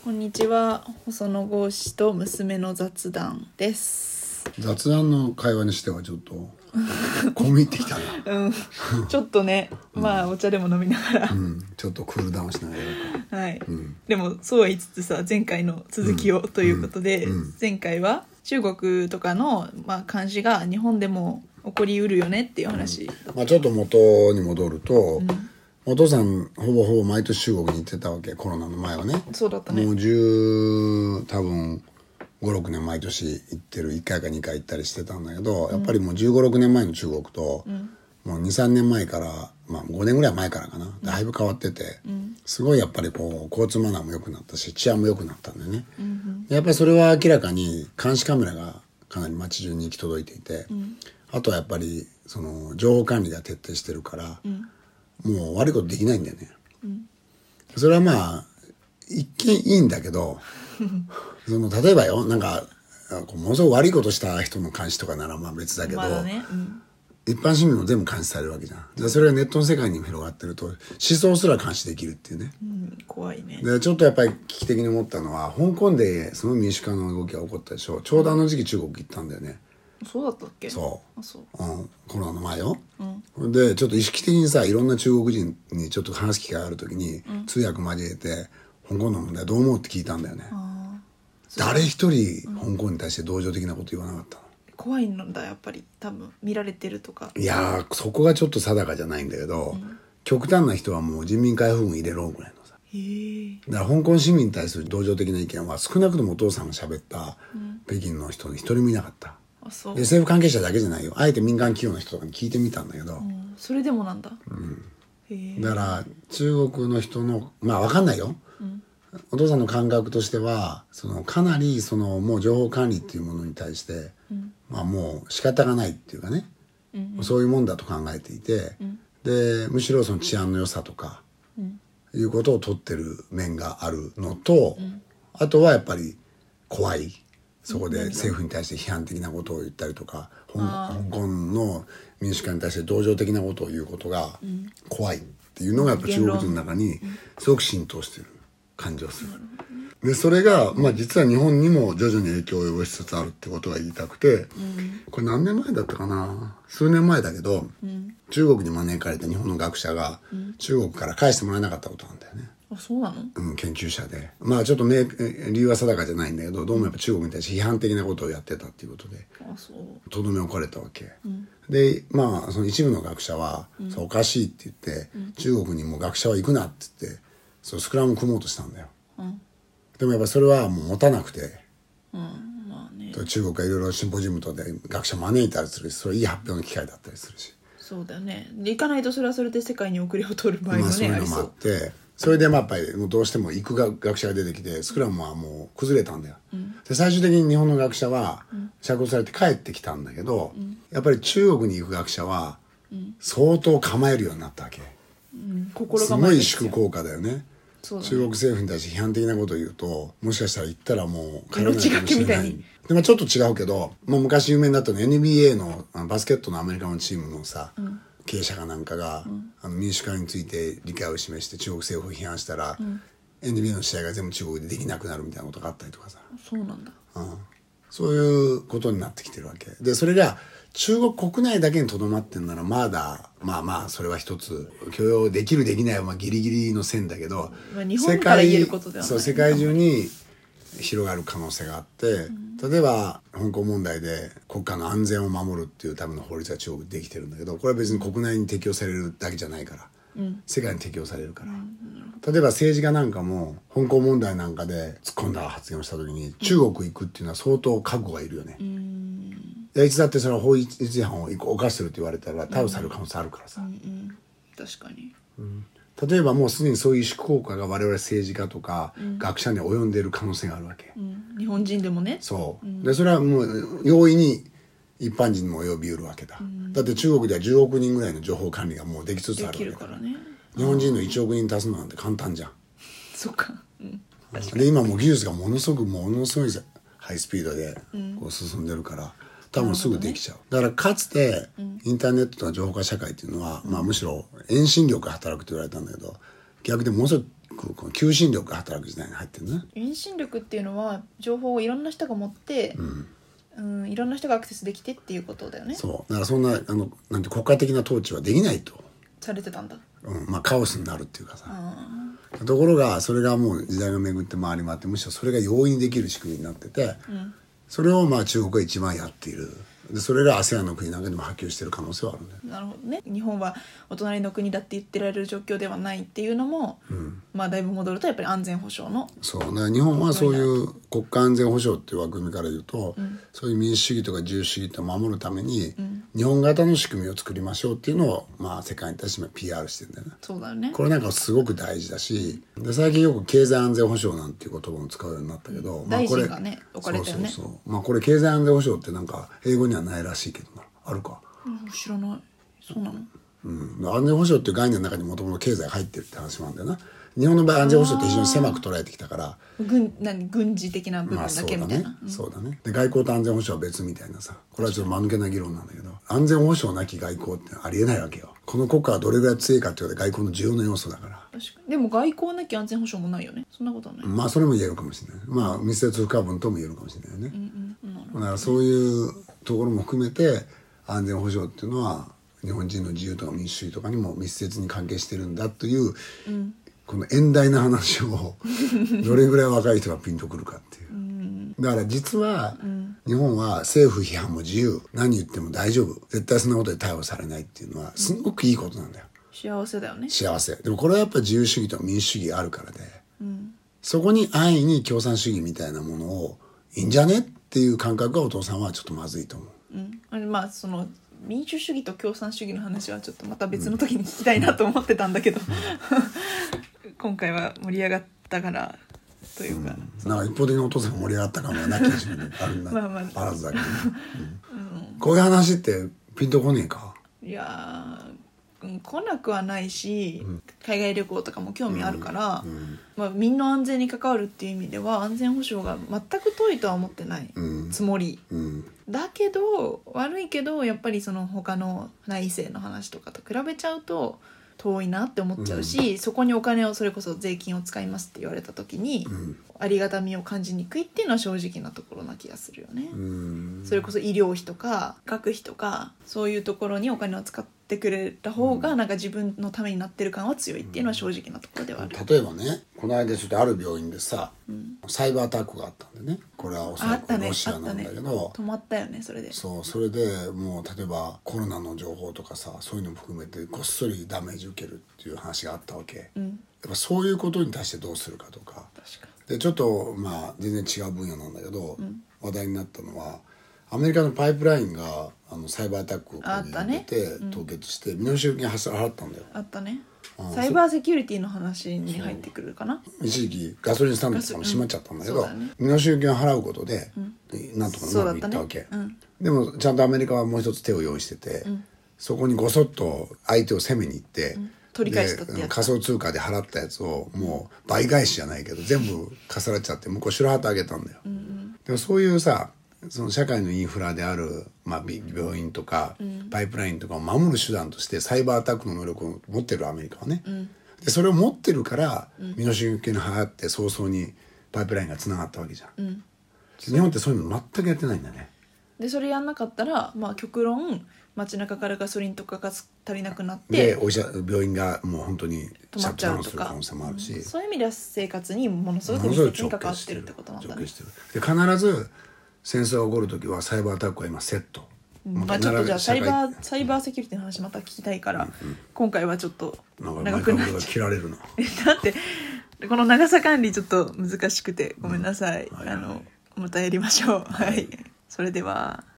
こんにちは、細野豪志と娘の雑談です。 雑談の会話にしてはちょっと込み入ってきたなちょっとね、まあお茶でも飲みながら、 ちょっとクールダウンしながらはい、でもそうは言いつつさ、前回の続きをということで、前回は中国とかの、監視が日本でも起こりうるよねっていう話、 ちょっと元に戻ると、お父さんほぼほぼ毎年中国に行ってたわけ、コロナの前はね。 そうだったね。 もう多分5、6年毎年行ってる、1回か2回行ったりしてたんだけど、やっぱりもう15、6年前の中国と、もう2、3年前から、5年ぐらい前からかな、だいぶ変わってて、すごいやっぱりこう交通マナーも良くなったし、治安も良くなったんだよね。やっぱりそれは明らかに監視カメラがかなり街中に行き届いていて、あとはやっぱりその情報管理が徹底してるから、もう悪いことできないんだよね。それは一見いいんだけどその例えばよ、なんかものすごく悪いことした人の監視とかなら別だけど、一般市民も全部監視されるわけじゃん。でそれがネットの世界にも広がってると思想すら監視できるっていうね、 怖いね。 でちょっとやっぱり危機的に思ったのは、香港でその民主化の動きが起こったでしょ。ちょうどあの時期中国行ったんだよね。 そうだったっけ？ コロナの前よ、でちょっと意識的にさ、いろんな中国人にちょっと話す機会がある時に、通訳交えて香港の問題どう思うって聞いたんだよね。誰一人香港に対して同情的なこと言わなかったの。 怖いんだやっぱり、多分見られてるとか。 いやー、そこがちょっと定かじゃないんだけど、極端な人はもう人民解放軍入れろぐらいのさ。だから香港市民に対する同情的な意見は少なくともお父さんが喋った、北京の人に一人もいなかった。で政府関係者だけじゃないよ、あえて民間企業の人とかに聞いてみたんだけど、 それでもなんだ。 だから中国の人の分かんないよ、お父さんの感覚としてはかなりもう情報管理っていうものに対して、もう仕方がないっていうかね、そういうもんだと考えていて、でむしろその治安の良さとか、いうことを取ってる面があるのと、あとはやっぱり怖い。そこで政府に対して批判的なことを言ったりとか、香港の民主化に対して同情的なことを言うことが怖いっていうのがやっぱ中国人の中にすごく浸透してる感じがする。でそれが実は日本にも徐々に影響を及ぼしつつあるってことが言いたくて、これ何年前だったかな、数年前だけど、中国に招かれた日本の学者が中国から返してもらえなかったことなんだよね。 そうなの？ 研究者で、ちょっと理由は定かじゃないんだけど、どうもやっぱ中国に対して批判的なことをやってたっていうことでとどめ置かれたわけ、でその一部の学者は、おかしいって言って、中国にもう学者は行くなって言ってスクラム組もうとしたんだよ、でもやっぱそれはもう持たなくて、中国がいろいろシンポジウムとかで学者招いたりするし、それいい発表の機会だったりするし、 そうだよね。で行かないとそれはそれで世界に遅れを取る場合もね、 そういうのもあって、それでやっぱりもうどうしても行く学者が出てきて、スクラムはもう崩れたんだよ、で最終的に日本の学者は釈放されて帰ってきたんだけど、やっぱり中国に行く学者は相当構えるようになったわけ、すごい祝効果だよね。中国政府に対して批判的なことを言うと、もしかしたら行ったらもう帰らないかもしれない。でちょっと違うけど、昔有名になったの NBA のバスケットのアメリカのチームのさ、経営者かなんかが、民主化について理解を示して中国政府を批判したら、NBA の試合が全部中国でできなくなるみたいなことがあったりとかさ。 そうなんだ、 そういうことになってきてるわけで、それが中国国内だけにとどまってんならまだそれは一つ許容できるできないはギリギリの線だけど、 日本から言えることではない。 世界中に広がる可能性があって、例えば香港問題で国家の安全を守るっていうための法律が中国でできてるんだけど、これは別に国内に適用されるだけじゃないから、世界に適用されるから、例えば政治家なんかも香港問題なんかで突っ込んだ発言をした時に中国行くっていうのは相当覚悟がいるよね、いつだってその法律違反を犯してるって言われたら逮捕される可能性あるからさ、 確かに、 例えばもうすでにそういう意思効果が我々政治家とか学者に及んでいる可能性があるわけ、 日本人でもね。 でそれはもう容易に一般人にも及びうるわけだ、だって中国では10億人ぐらいの情報管理がもうできつつあるわけだからね。日本人の1億人足すのなんて簡単じゃん。 そうか、 で今もう技術がものすごいハイスピードでこう進んでるから、多分すぐできちゃう、だからかつてインターネットの情報化社会っていうのは、むしろ遠心力が働くと言われたんだけど、逆でものすごいくこの求心力が働く時代に入ってるね。 遠心力っていうのは情報をいろんな人が持って、いろんな人がアクセスできてっていうことだよね。 そうだからそんななんて国家的な統治はできないとされてたんだ。 まあカオスになるっていうかさ、ところがそれがもう時代が巡って回り回って、むしろそれが容易にできる仕組みになってて、それをまあ中国が一番やっている。でそれが ASEAN の国なんかにも波及している可能性はあるんだよ。 なるほどね。日本はお隣の国だって言ってられる状況ではないっていうのも、まあだいぶ戻るとやっぱり安全保障の。 そうね、日本はそういう国家安全保障っていう枠組みから言うと、そういう民主主義とか自由主義って守るために、日本型の仕組みを作りましょうっていうのを、まあ世界に対して PR してるんだよね。 そうだよね。 これなんかすごく大事だし、で最近よく経済安全保障なんていう言葉も使うようになったけど、 大臣がね置かれたよね。 そうまあこれ経済安全保障ってなんか英語にはないらしいけどな。あるか、 知らない。そうなの。 安全保障っていう概念の中にもともと経済が入ってるって話もあるんだよな。日本の場合安全保障って非常に狭く捉えてきたから、 軍事的な部分だけみたいな。 そうだね。で外交と安全保障は別みたいなさ、これはちょっと間抜けな議論なんだけど、安全保障なき外交ってありえないわけよ。この国家はどれぐらい強いかっていうのは外交の重要な要素だから。 確かに。でも外交なき安全保障もないよね。そんなことはない。 まあそれも言えるかもしれない。まあ密接不可分とも言えるかもしれないよね。だからそういうところも含めて安全保障っていうのは日本人の自由とか民主主義とかにも密接に関係してるんだという、この遠大な話をどれぐらい若い人がピンとくるかっていう、だから実は、日本は政府批判も自由、何言っても大丈夫、絶対そんなことで逮捕されないっていうのはすごくいいことなんだよ。 幸せだよね。 幸せ。でもこれはやっぱ自由主義と民主主義があるからで、そこに安易に共産主義みたいなものをいいんじゃねっていう感覚がお父さんはちょっとまずいと思う。 まあその民主主義と共産主義の話はちょっとまた別の時に聞きたいなと思ってたんだけど、今回は盛り上がったからというか、 なんか一方的にお父さんが盛り上がった感がなきゃしれないあるんだあらずだけど、こういう話ってピンとこねえか。 いや来なくはないし、海外旅行とかも興味あるから、まあ、民の安全に関わるっていう意味では安全保障が全く遠いとは思ってないつもり、だけど悪いけどやっぱりその他の内政の話とかと比べちゃうと遠いなって思っちゃうし、そこにお金をそれこそ税金を使いますって言われた時に、ありがたみを感じにくいっていうのは正直なところな気がするよね。それこそ医療費とか学費とかそういうところにお金を使ってくれた方がなんか自分のためになってる感は強いっていうのは正直なところではある。 例えばね、この間ちょっとある病院でさ、サイバーアタックがあったんでね、これはおそらくロシアなんだけど、 止まったよねそれで。 そう、それでもう例えばコロナの情報とかさ、そういうのも含めてごっそりダメージ受けるっていう話があったわけ、やっぱそういうことに対してどうするかとか、でちょっとまあ全然違う分野なんだけど、話題になったのはアメリカのパイプラインがサイバーアタックを受けて凍結して身代金払ったんだよ。 あったね。サイバーセキュリティの話に入ってくるかな。 一時期ガソリンスタンドとかも閉まっちゃったんだけど、身代金を払うことで、なんとかうまくいったわけ、でもちゃんとアメリカはもう一つ手を用意してて、そこにごそっと相手を攻めに行って、 取り返したってやつ、 仮想通貨で払ったやつをもう倍返しじゃないけど全部かさらっちゃって向こう白旗あげたんだよ、でもそういうさ、その社会のインフラである、まあ、病院とか、パイプラインとかを守る手段としてサイバーアタックの能力を持ってるアメリカはね、でそれを持ってるから身代金が払って早々にパイプラインがつながったわけじゃん、日本ってそういうの全くやってないんだね。 でそれやんなかったら、まあ、極論街中からガソリンとかが足りなくなってで病院がもう本当にシャットダウンする可能性もあるし、 そういう意味では生活にものすごく密接に関わってるってことなんだね。 で必ず戦争が起こるときはサイバーアタックは今セット、 まあ、ちょっとじゃあサイバーセキュリティの話また聞きたいから、今回はちょっと長くなっちゃう。 切られるなだってこの長さ管理ちょっと難しくてごめんなさい、またやりましょう。はい、それでは。